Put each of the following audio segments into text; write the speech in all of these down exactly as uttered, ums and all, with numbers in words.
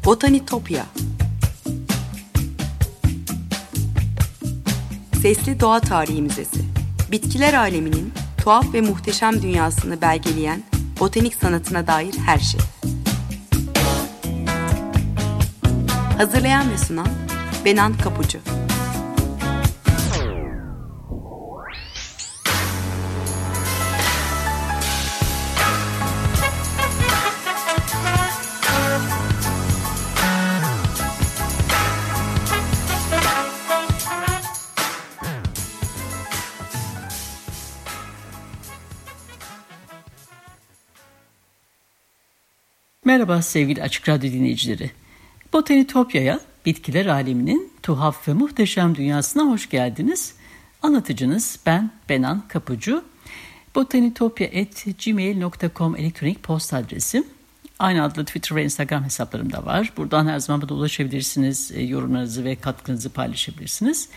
Botanitopya. Sesli Doğa Tarihi Müzesi. Bitkiler aleminin tuhaf ve muhteşem dünyasını belgeleyen botanik sanatına dair her şey. Hazırlayan ve sunan Benan Kapucu. Merhaba sevgili Açık Radyo dinleyicileri. Botanitopya'ya, bitkiler aleminin tuhaf ve muhteşem dünyasına hoş geldiniz. Anlatıcınız ben Benan Kapucu. botanitopya at gmail nokta com elektronik posta adresim. Aynı adlı Twitter ve Instagram hesaplarım da var. Buradan her zaman bana ulaşabilirsiniz. Yorumlarınızı ve katkınızı paylaşabilirsiniz.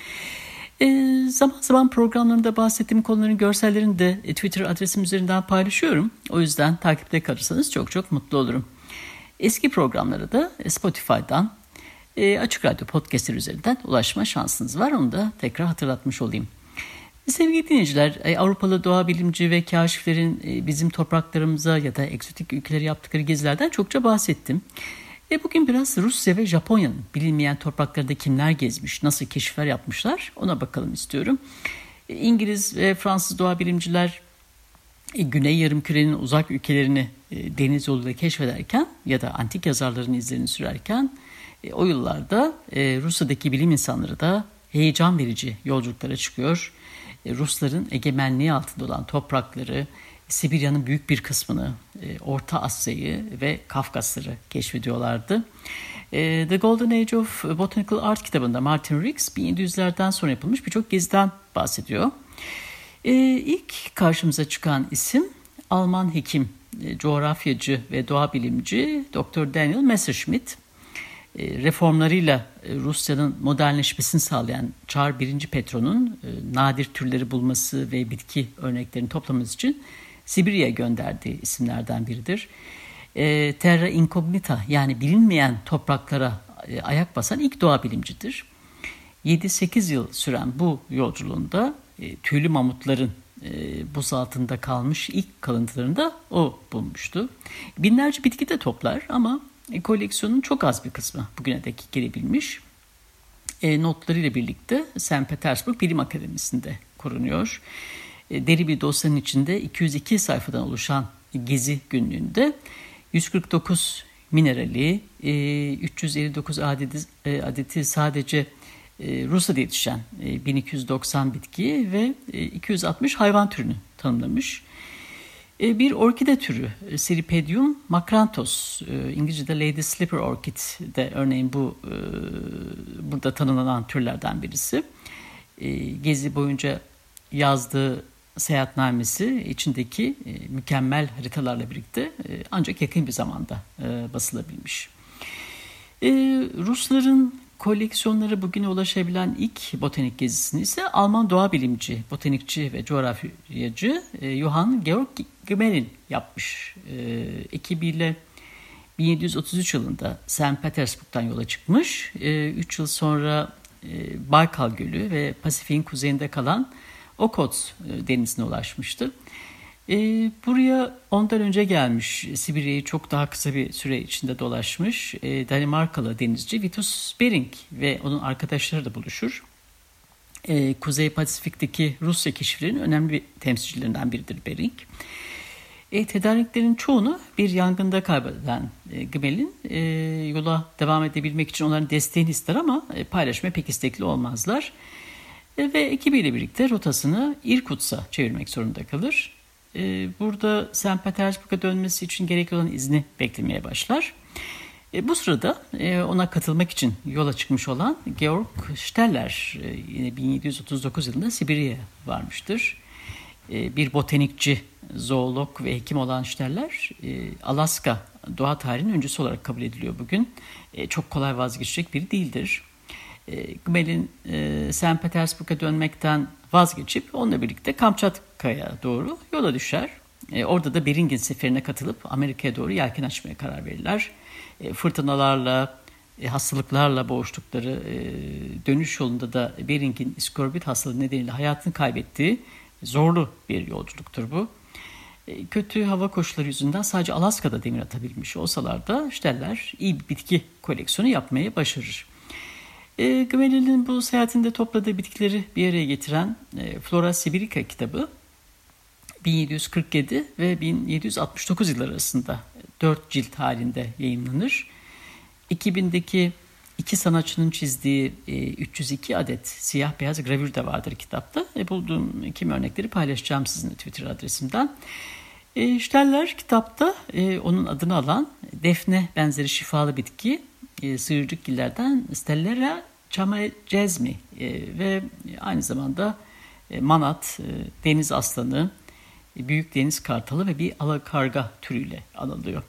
E, zaman zaman programlarımda bahsettiğim konuların görsellerini de e, Twitter adresim üzerinden paylaşıyorum. O yüzden takipte kalırsanız çok çok mutlu olurum. Eski programlara da Spotify'dan, e, Açık Radyo Podcast'ler üzerinden ulaşma şansınız var. Onu da tekrar hatırlatmış olayım. Sevgili dinleyiciler, e, Avrupalı doğa bilimci ve kaşiflerin e, bizim topraklarımıza ya da egzotik ülkelere yaptıkları gezilerden çokça bahsettim. E, bugün biraz Rusya ve Japonya'nın bilinmeyen topraklarında kimler gezmiş, nasıl keşifler yapmışlar ona bakalım istiyorum. E, İngiliz ve Fransız doğa bilimciler e, Güney Yarımküre'nin uzak ülkelerini e, deniz yoluyla keşfederken ya da antik yazarların izlerini sürerken e, o yıllarda e, Rusya'daki bilim insanları da heyecan verici yolculuklara çıkıyor. E, Rusların egemenliği altında olan toprakları, Sibirya'nın büyük bir kısmını, e, Orta Asya'yı ve Kafkasları keşfediyorlardı. E, The Golden Age of Botanical Art kitabında Martin Riggs bin yedi yüzlerden sonra yapılmış birçok geziden bahsediyor. E, ilk karşımıza çıkan isim Alman hekim, e, coğrafyacı ve doğa bilimci doktor Daniel Messerschmitt. E, reformlarıyla e, Rusya'nın modernleşmesini sağlayan Çar birinci. Petro'nun e, nadir türleri bulması ve bitki örneklerini toplaması için Sibirya'ya gönderdiği isimlerden biridir. E, Terra Incognita yani bilinmeyen topraklara e, ayak basan ilk doğa bilimcidir. yedi sekiz yıl süren bu yolculuğunda e, tüylü mamutların e, buz altında kalmış ilk kalıntılarını da o bulmuştu. Binlerce bitki de toplar ama e, koleksiyonun çok az bir kısmı bugüne dek gelebilmiş. E, notlarıyla birlikte Sankt Petersburg Bilim Akademisi'nde korunuyor. Deri bir dosyanın içinde iki yüz iki sayfadan oluşan gezi günlüğünde yüz kırk dokuz minerali, üç yüz elli dokuz adeti, adeti sadece Rusya'da yetişen bin iki yüz doksan bitki ve iki yüz altmış hayvan türünü tanımlamış. Bir orkide türü Seripedium macranthus, İngilizce'de Lady Slipper Orchid de örneğin bu burada tanımlanan türlerden birisi. Gezi boyunca yazdığı seyahatnamesi içindeki e, mükemmel haritalarla birlikte e, ancak yakın bir zamanda e, basılabilmiş. E, Rusların koleksiyonları bugüne ulaşabilen ilk botanik gezisini ise Alman doğa bilimci, botanikçi ve coğrafyacı e, Johann Georg Gmelin yapmış. E, ekibiyle bin yedi yüz otuz üç yılında Sankt Petersburg'dan yola çıkmış. üç yıl sonra e, Baykal Gölü ve Pasifik'in kuzeyinde kalan Okhotsk denizine ulaşmıştı. E, buraya ondan önce gelmiş, Sibirya'yı çok daha kısa bir süre içinde dolaşmış e, Danimarkalı denizci Vitus Bering ve onun arkadaşları da buluşur. E, Kuzey Pasifik'teki Rusya keşiflerinin önemli bir temsilcilerinden biridir Bering. E, tedariklerin çoğunu bir yangında kaybeden e, Gmelin e, yola devam edebilmek için onların desteğini ister ama e, paylaşmaya pek istekli olmazlar. Ve ekibiyle birlikte rotasını Irkutsk'a çevirmek zorunda kalır. Burada Sankt Petersburg'a dönmesi için gerekli olan izni beklemeye başlar. Bu sırada ona katılmak için yola çıkmış olan Georg Steller yine bin yedi yüz otuz dokuz yılında Sibirya'ya varmıştır. Bir botanikçi, zoolog ve hekim olan Steller, Alaska doğa tarihinin öncüsü olarak kabul ediliyor bugün. Çok kolay vazgeçecek biri değildir. Gmelin e, Sankt Petersburg'a dönmekten vazgeçip onunla birlikte Kamçatka'ya doğru yola düşer. E, orada da Bering'in seferine katılıp Amerika'ya doğru yelken açmaya karar verirler. E, fırtınalarla, e, hastalıklarla boğuştukları, e, dönüş yolunda da Bering'in iskorbit hastalığı nedeniyle hayatını kaybettiği zorlu bir yolculuktur bu. E, kötü hava koşulları yüzünden sadece Alaska'da demir atabilmiş olsalar da Steller iyi bir bitki koleksiyonu yapmayı başarır. E, Gmelin bu seyahatinde topladığı bitkileri bir araya getiren e, Flora Sibirica kitabı bin yedi yüz kırk yedi ve bin yedi yüz altmış dokuz yılları arasında dört cilt halinde yayımlanır. iki bindeki iki sanatçının çizdiği e, üç yüz iki adet siyah beyaz gravür de vardır kitapta. E, bulduğum kimi örnekleri paylaşacağım sizinle Twitter adresimden. E, Steller kitapta e, onun adını alan defne benzeri şifalı bitki e, sığırcıkgillerden Stellera chamajezmi e, ve aynı zamanda e, manat, e, deniz aslanı, e, büyük deniz kartalı ve bir alakarga türüyle anılıyor.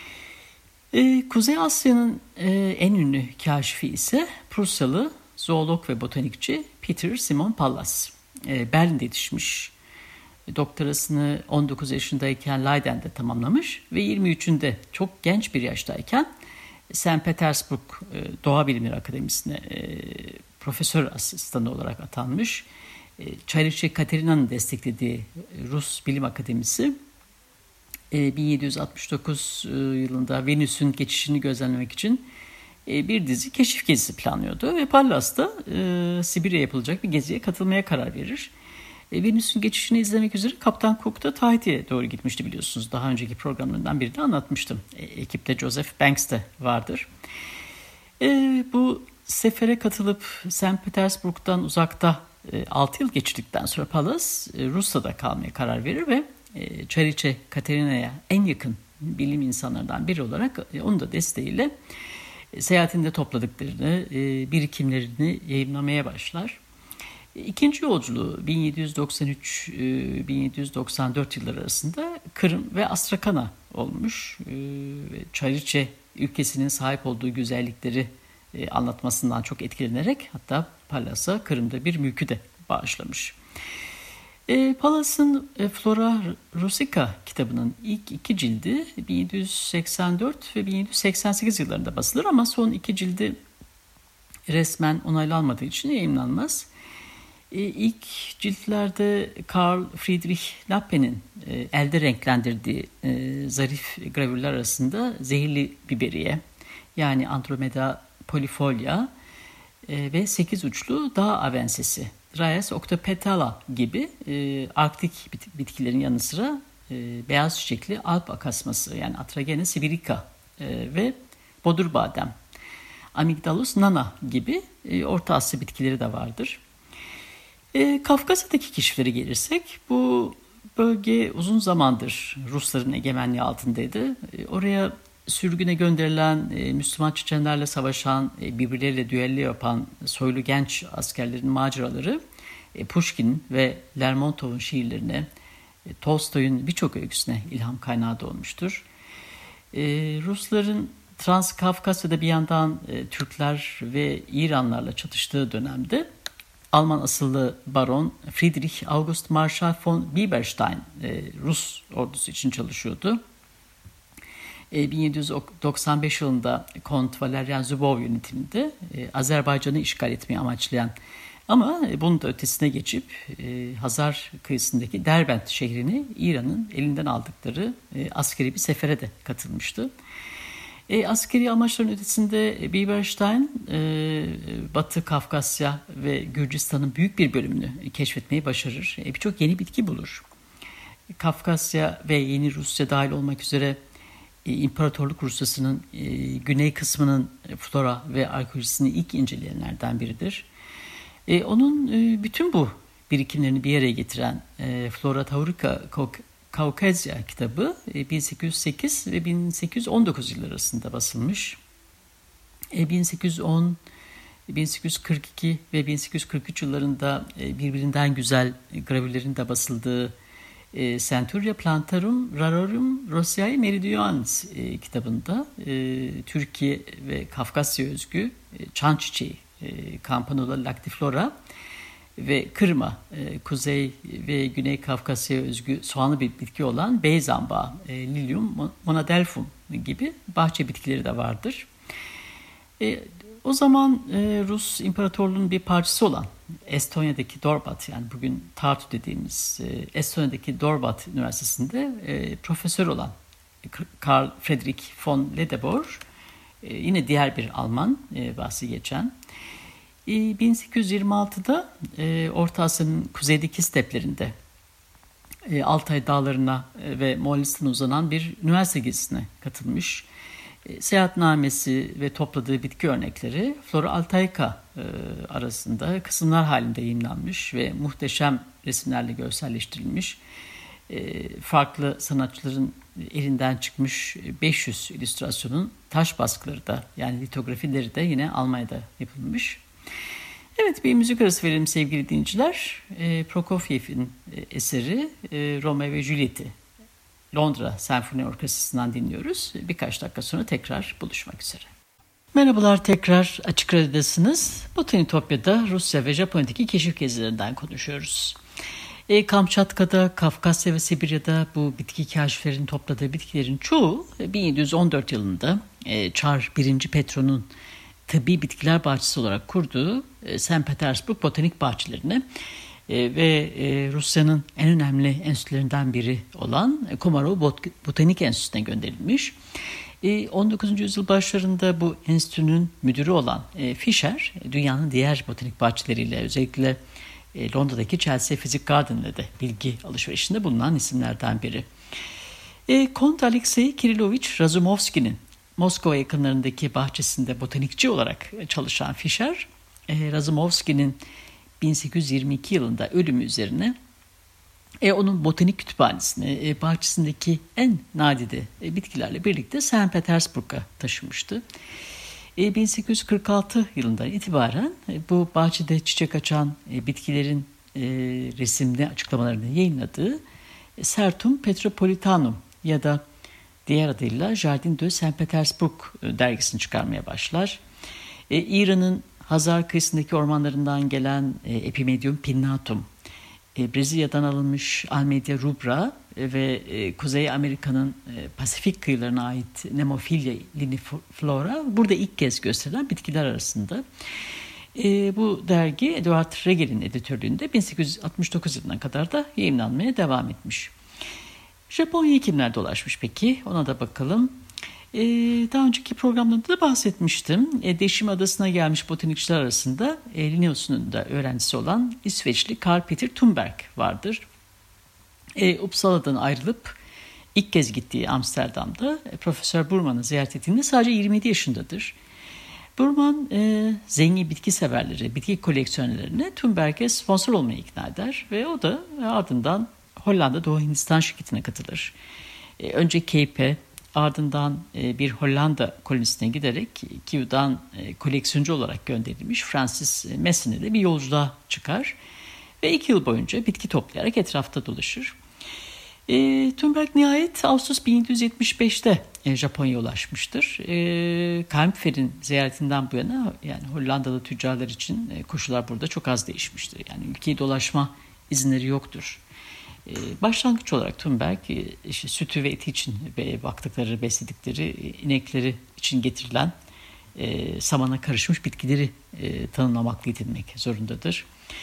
E, Kuzey Asya'nın e, en ünlü kaşifi ise Prusyalı zoolog ve botanikçi Peter Simon Pallas. E, Berlin'de yetişmiş. E, doktorasını on dokuz yaşındayken Leiden'de tamamlamış ve yirmi üçünde çok genç bir yaştayken Saint Petersburg e, Doğa Bilimleri Akademisi'ne e, profesör asistanı olarak atanmış. E, Çariçe Katerina'nın desteklediği Rus Bilim Akademisi bin yedi yüz altmış dokuz yılında Venüs'ün geçişini gözlemlemek için bir dizi keşif gezisi planlıyordu ve Pallas da e, Sibirya yapılacak bir geziye katılmaya karar verir. E, Venüs'ün geçişini izlemek üzere Kaptan Cook da Tahiti'ye doğru gitmişti biliyorsunuz. Daha önceki programlarından birinde anlatmıştım. E, ekipte Joseph Banks de vardır. E, bu sefere katılıp Saint Petersburg'dan uzakta e, altı yıl geçirdikten sonra Pallas e, Rusya'da kalmaya karar verir ve Çariçe Katerina'ya en yakın bilim insanlarından biri olarak onun da desteğiyle seyahatinde topladıklarını, birikimlerini yayımlamaya başlar. İkinci yolculuğu bin yedi yüz doksan üç bin yedi yüz doksan dört yılları arasında Kırım ve Astrakhan'a olmuş. Çariçe ülkesinin sahip olduğu güzellikleri anlatmasından çok etkilenerek hatta Pallas'a Kırım'da bir mülkü de bağışlamış. E, Pallas'ın e, Flora Russica kitabının ilk iki cildi bin yedi yüz seksen dört ve bin yedi yüz seksen sekiz yıllarında basılır ama son iki cildi resmen onaylanmadığı için yayımlanmaz. E, ilk ciltlerde Karl Friedrich Lappe'nin e, elde renklendirdiği e, zarif gravürler arasında zehirli biberiye yani Andromeda polifolia e, ve sekiz uçlu dağ avensesi Dryas octopetala gibi e, arktik bit- bitkilerin yanı sıra e, beyaz çiçekli Alp akasması yani Atragena sibirica e, ve bodur badem, Amygdalus nana gibi e, Orta Asya bitkileri de vardır. E, Kafkasya'daki keşiflere gelirsek bu bölge uzun zamandır Rusların egemenliği altındaydı. E, oraya sürgüne gönderilen, e, Müslüman Çeçenlerle savaşan, e, birbirleriyle düello yapan soylu genç askerlerin maceraları e, Pushkin ve Lermontov'un şiirlerine, e, Tolstoy'un birçok öyküsüne ilham kaynağı da olmuştur. E, Rusların Transkafkasya'da bir yandan e, Türkler ve İranlarla çatıştığı dönemde Alman asıllı Baron Friedrich August Marschall von Bieberstein e, Rus ordusu için çalışıyordu. bin yedi yüz doksan beş yılında Kont Valerian Zubov yönetiminde e, Azerbaycan'ı işgal etmeyi amaçlayan ama e, bunun da ötesine geçip e, Hazar kıyısındaki Derbent şehrini İran'ın elinden aldıkları e, askeri bir sefere de katılmıştı. E, askeri amaçların ötesinde e, Bieberstein e, Batı Kafkasya ve Gürcistan'ın büyük bir bölümünü e, keşfetmeyi başarır. E, Birçok yeni bitki bulur. Kafkasya ve Yeni Rusya dahil olmak üzere İmparatorluk Rusyası'nın e, güney kısmının flora ve arkeolojisini ilk inceleyenlerden biridir. E, onun e, bütün bu birikimlerini bir araya getiren e, Flora Taurica Kaukasya kitabı e, bin sekiz yüz sekiz ve bin sekiz yüz on dokuz yılları arasında basılmış. E, bin sekiz yüz on, bin sekiz yüz kırk iki ve bin sekiz yüz kırk üç yıllarında e, birbirinden güzel gravürlerin de basıldığı E, Centuria Plantarum Rarorum Rossiae Meridionans e, kitabında e, Türkiye ve Kafkasya özgü e, çan çiçeği e, Campanula lactiflora ve kırma e, Kuzey ve Güney Kafkasya özgü soğanlı bir bitki olan beyzambağı e, Lilium monadelphum gibi bahçe bitkileri de vardır. E, o zaman e, Rus İmparatorluğu'nun bir parçası olan Estonya'daki Dorpat, yani bugün Tartu dediğimiz e, Estonya'daki Dorpat Üniversitesi'nde e, profesör olan Karl Friedrich von Ledebour, e, yine diğer bir Alman e, bahsi geçen, e, bin sekiz yüz yirmi altıda e, Orta Asya'nın kuzeydeki steplerinde e, Altay Dağları'na e, ve Moğolistan'a uzanan bir üniversite gezisine katılmış. Seyahatnamesi ve topladığı bitki örnekleri Flora Altaica e, arasında kısımlar halinde yayımlanmış ve muhteşem resimlerle görselleştirilmiş. E, farklı sanatçıların elinden çıkmış beş yüz illüstrasyonun taş baskıları da, yani litografileri de yine Almanya'da yapılmış. Evet, bir müzik arası verelim sevgili dinleyiciler. E, Prokofiev'in eseri e, Romeo ve Juliet'i Londra Senfoni Orkestrası'ndan dinliyoruz. Birkaç dakika sonra tekrar buluşmak üzere. Merhabalar, tekrar Açık Radyo'dasınız. Botanitopya'da Rusya ve Japonya'daki keşif gezilerinden konuşuyoruz. E, Kamçatka'da, Kafkasya ve Sibirya'da bu bitki kaşiflerinin topladığı bitkilerin çoğu bin yedi yüz on dört yılında e, Çar birinci. Petro'nun tıbbi bitkiler bahçesi olarak kurduğu e, Sankt Petersburg Botanik Bahçelerine E, ve e, Rusya'nın en önemli enstitülerinden biri olan Komarov Bot- Botanik Enstitüsü'ne gönderilmiş. E, on dokuzuncu yüzyıl başlarında bu enstitünün müdürü olan e, Fischer, dünyanın diğer botanik bahçeleriyle, özellikle e, Londra'daki Chelsea Physic Garden'le de bilgi alışverişinde bulunan isimlerden biri. E, Kont Alexey Kirilovich Razumovski'nin Moskova yakınlarındaki bahçesinde botanikçi olarak çalışan Fischer, e, Razumovski'nin bin sekiz yüz yirmi iki yılında ölümü üzerine e, onun botanik kütüphanesini e, bahçesindeki en nadide e, bitkilerle birlikte Sankt Petersburg'a taşımıştı. E, bin sekiz yüz kırk altı yılından itibaren e, bu bahçede çiçek açan e, bitkilerin e, resimli açıklamalarını yayınladığı e, Sertum Petropolitanum ya da diğer adıyla Jardin de Saint Petersburg e, dergisini çıkarmaya başlar. E, İran'ın Hazar kıyısındaki ormanlarından gelen e, Epimedium pinnatum, e, Brezilya'dan alınmış Almeida rubra e, ve e, Kuzey Amerika'nın e, Pasifik kıyılarına ait Nemophila liniflora burada ilk kez gösterilen bitkiler arasında. E, bu dergi Edward Regel'in editörlüğünde bin sekiz yüz altmış dokuz yılına kadar da yayımlanmaya devam etmiş. Japonya'ya kimler dolaşmış peki? Ona da bakalım. Ee, daha önceki programlarında da bahsetmiştim. E, Deşim Adası'na gelmiş botanikçiler arasında e, Linnaeus'un da öğrencisi olan İsveçli Karl Peter Thunberg vardır. E, Uppsala'dan ayrılıp ilk kez gittiği Amsterdam'da e, Profesör Burman'ı ziyaret ettiğinde sadece yirmi yedi yaşındadır. Burman e, zengin bitki severleri, bitki koleksiyonerlerine Thunberg'e sponsor olmayı ikna eder ve o da ardından Hollanda Doğu Hindistan şirketine katılır. E, önce Cape'e, ardından bir Hollanda kolonisine giderek Kew''dan koleksiyoncu olarak gönderilmiş Francis Mason'e de bir yolculuğa çıkar ve iki yıl boyunca bitki toplayarak etrafta dolaşır. E, Thunberg nihayet Ağustos bin yedi yüz yetmiş beşte e, Japonya'ya ulaşmıştır. E, Kempfer'in ziyaretinden bu yana, yani Hollandalı tüccarlar için e, koşullar burada çok az değişmiştir. Yani ülkeyi dolaşma izinleri yoktur. Başlangıç olarak Thunberg işte sütü ve eti için baktıkları, besledikleri inekleri için getirilen e, samana karışmış bitkileri e, tanımlamakla yetinmek zorundadır.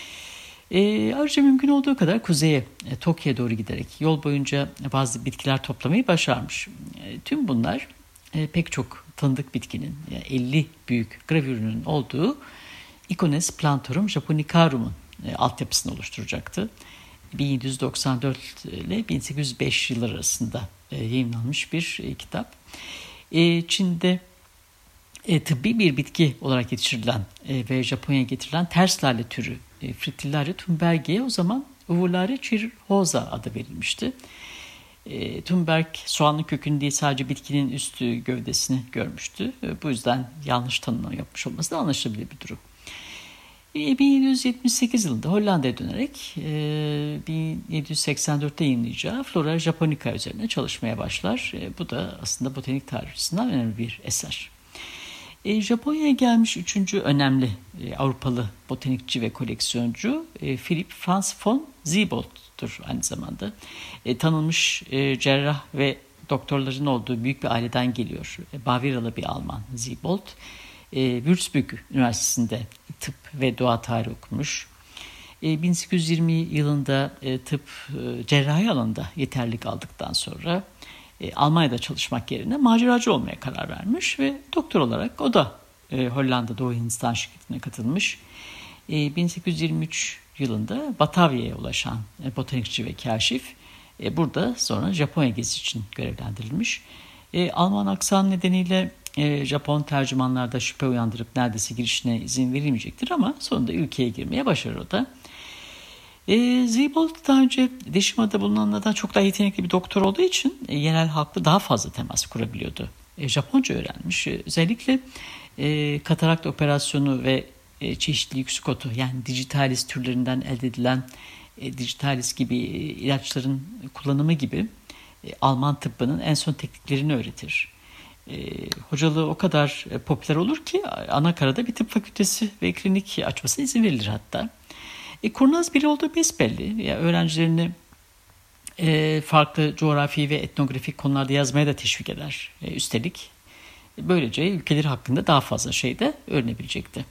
E, ayrıca mümkün olduğu kadar kuzeye, e, Tokyo'ya doğru giderek yol boyunca bazı bitkiler toplamayı başarmış. E, tüm bunlar e, pek çok tanıdık bitkinin, yani elli büyük gravürünün olduğu Icones Plantorum Japonicarum'un e, altyapısını oluşturacaktı. bin yedi yüz doksan dört ile bin sekiz yüz beş yılları arasında e, yayınlanmış bir e, kitap. E, Çin'de e, tıbbi bir bitki olarak yetiştirilen e, ve Japonya'ya getirilen ters lale türü e, Fritillaria thunbergi'ye o zaman Uvularia cirrhosa adı verilmişti. E, Thunberg soğanlı kökünü değil sadece bitkinin üstü gövdesini görmüştü. E, bu yüzden yanlış tanımlama yapmış olması da anlaşılabilir bir durum. bin yedi yüz yetmiş sekiz yılında Hollanda'ya dönerek bin yedi yüz seksen dörtte yayınlayacağı Flora Japonica üzerine çalışmaya başlar. Bu da aslında botanik tarih açısından önemli bir eser. Japonya'ya gelmiş üçüncü önemli Avrupalı botanikçi ve koleksiyoncu Philipp Franz von Siebold'tur aynı zamanda. Tanınmış cerrah ve doktorların olduğu büyük bir aileden geliyor. Bavyeralı bir Alman Siebold. E, Würzburg Üniversitesi'nde tıp ve doğa tarihi okumuş. E, bin sekiz yüz yirmi yılında e, tıp e, cerrahi alanında yeterlilik aldıktan sonra e, Almanya'da çalışmak yerine maceracı olmaya karar vermiş ve doktor olarak o da e, Hollanda Doğu Hindistan şirketine katılmış. E, bin sekiz yüz yirmi üç yılında Batavya'ya ulaşan e, botanikçi ve kaşif e, burada sonra Japonya gezisi için görevlendirilmiş. E, Alman aksan nedeniyle e, Japon tercümanlarda şüphe uyandırıp neredeyse girişine izin verilmeyecektir ama sonunda ülkeye girmeye başarır o da. E, Siebold daha önce Deşima'da bulunanlardan çok daha yetenekli bir doktor olduğu için e, yerel halkla daha fazla temas kurabiliyordu. E, Japonca öğrenmiş. E, özellikle e, katarakt operasyonu ve e, çeşitli yüksek otu yani dijitalis türlerinden elde edilen e, dijitalis gibi e, ilaçların kullanımı gibi e, Alman tıbbının en son tekniklerini öğretir. E, hocalığı o kadar e, popüler olur ki Anakara'da bir tıp fakültesi ve klinik açmasına izin verilir hatta. E, kurnaz biri olduğu besbelli. Yani öğrencilerini e, farklı coğrafi ve etnografik konularda yazmaya da teşvik eder. E, üstelik böylece ülkeleri hakkında daha fazla şey de öğrenebilecekti.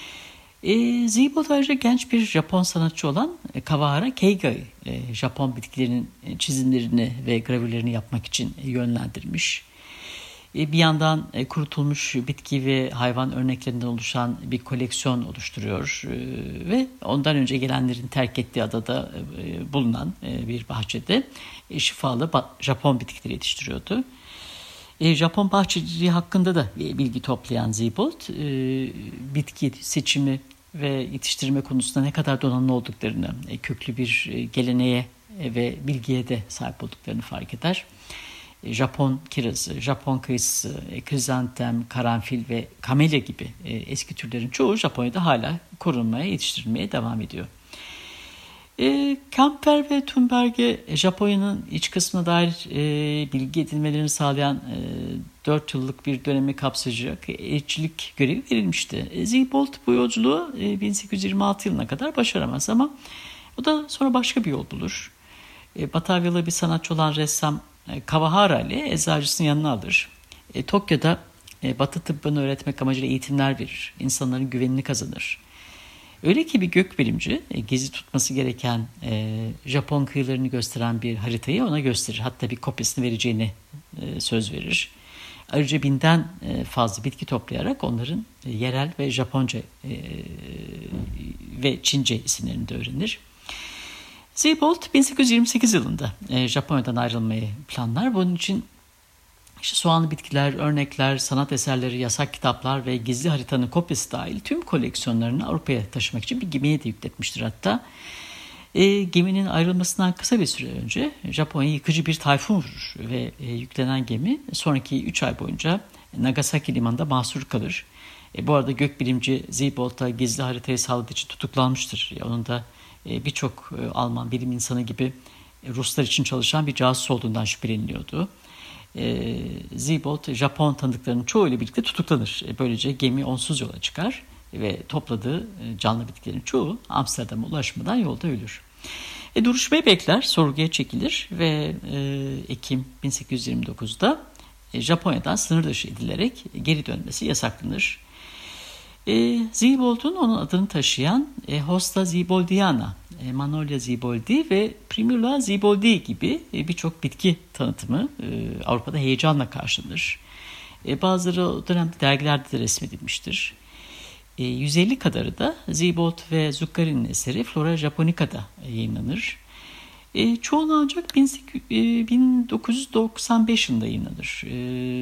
E, Siebold ayrıca genç bir Japon sanatçı olan e, Kawahara Keiga'yı e, Japon bitkilerinin e, çizimlerini ve gravürlerini yapmak için e, yönlendirmiş. E, bir yandan e, kurutulmuş bitki ve hayvan örneklerinden oluşan bir koleksiyon oluşturuyor e, ve ondan önce gelenlerin terk ettiği adada e, bulunan e, bir bahçede e, şifalı ba- Japon bitkileri yetiştiriyordu. E, Japon bahçeciliği hakkında da bilgi toplayan Siebold, e, bitki seçimi ve yetiştirme konusunda ne kadar donanımlı olduklarını, e, köklü bir e, geleneğe e, ve bilgiye de sahip olduklarını fark eder. E, Japon kirazı, Japon kayısı, e, krizantem, karanfil ve kamelya gibi e, eski türlerin çoğu Japonya'da hala korunmaya, yetiştirilmeye devam ediyor. E, Kemper ve Thunberg'e Japonya'nın iç kısmına dair e, bilgi edinmelerini sağlayan e, dört yıllık bir dönemi kapsayacak elçilik görevi verilmişti. E, Siebold bu yolculuğu e, bin sekiz yüz yirmi altı yılına kadar başaramaz ama o da sonra başka bir yol bulur. E, Batavyalı bir sanatçı olan ressam e, Kawahara ile eczacısının yanına alır. E, Tokyo'da e, Batı tıbbını öğretmek amacıyla eğitimler verir. İnsanların güvenini kazanır. Öyle ki bir gökbilimci e, gezi tutması gereken e, Japon kıyılarını gösteren bir haritayı ona gösterir. Hatta bir kopyasını vereceğini e, söz verir. Ayrıca binden e, fazla bitki toplayarak onların e, yerel ve Japonca e, ve Çince isimlerini de öğrenir. Siebold bin sekiz yüz yirmi sekiz yılında e, Japonya'dan ayrılmayı planlar. Bunun için İşte soğanlı bitkiler, örnekler, sanat eserleri, yasak kitaplar ve gizli haritanın kopyası dahil tüm koleksiyonlarını Avrupa'ya taşımak için bir gemiye de yükletmiştir hatta. E, geminin ayrılmasından kısa bir süre önce Japonya'ya yıkıcı bir tayfun vurur ve e, yüklenen gemi sonraki üç ay boyunca Nagasaki limanında mahsur kalır. E, bu arada gökbilimci Siebold'a gizli haritayı sağladığı için tutuklanmıştır. E, onun da e, birçok e, Alman bilim insanı gibi e, Ruslar için çalışan bir casus olduğundan şüpheleniliyordu. E, Siebold Japon tanıdıklarının çoğuyla birlikte tutuklanır. E, böylece gemi onsuz yola çıkar ve topladığı e, canlı bitkilerin çoğu Amsterdam'a ulaşmadan yolda ölür. E, duruşmayı bekler, sorguya çekilir ve e, Ekim bin sekiz yüz yirmi dokuzda e, Japonya'dan sınır dışı edilerek geri dönmesi yasaklanır. E, Siebold'un onun adını taşıyan e, Hosta Sieboldiyana, e, Magnolia Sieboldii ve Primula Sieboldii gibi e, birçok bitki tanıtımı e, Avrupa'da heyecanla karşılanır. E, bazıları o dönemde dergilerde de resmedilmiştir. E, yüz elli kadarı da Siebold ve Zuccari'nin eseri Flora Japonica'da e, yayınlanır. E, çoğunu ancak bin dokuz yüz doksan beş yılında yayınlanır. E,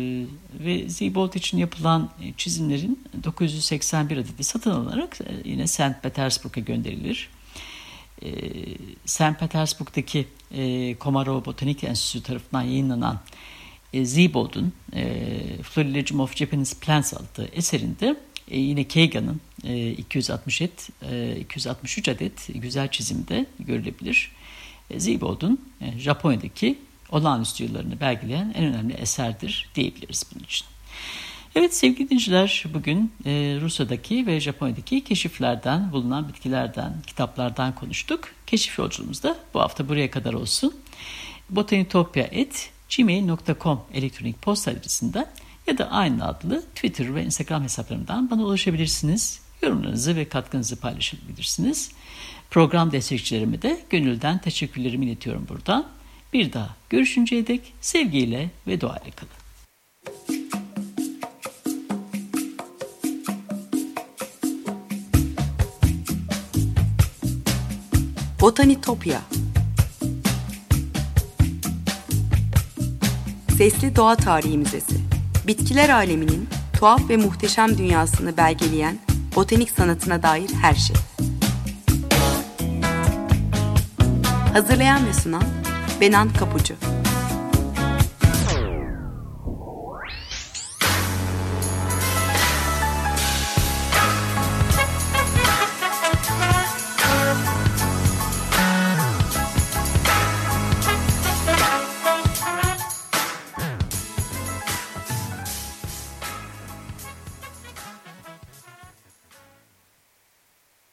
ve Siebold için yapılan çizimlerin dokuz yüz seksen bir adeti satın alınarak e, yine Saint Petersburg'a gönderilir. E, Saint Petersburg'daki e, Komarov Botanik Enstitüsü tarafından yayınlanan e, Siebold'un e, Florilegium of Japanese Plants adlı eserinde e, yine Keiga'nın e, iki yüz altmış adet, e, iki yüz altmış üç adet güzel çizimde görülebilir. Siebold'un Japonya'daki olağanüstü yıllarını belgeleyen en önemli eserdir diyebiliriz bunun için. Evet sevgili dinleyiciler, bugün Rusya'daki ve Japonya'daki keşiflerden, bulunan bitkilerden, kitaplardan konuştuk. Keşif yolculuğumuz da bu hafta buraya kadar olsun. botanitopya at gmail nokta com elektronik posta adresinden ya da aynı adlı Twitter ve Instagram hesaplarımdan bana ulaşabilirsiniz. Yorumlarınızı ve katkınızı paylaşabilirsiniz. Program destekçilerime de gönülden teşekkürlerimi iletiyorum buradan. Bir daha görüşünceye dek sevgiyle ve duayla kalın. Botanitopya. Sesli Doğa Tarihi Müzesi. Bitkiler aleminin tuhaf ve muhteşem dünyasını belgeleyen botanik sanatına dair her şey. Hazırlayan ve sunan Benan Kapucu.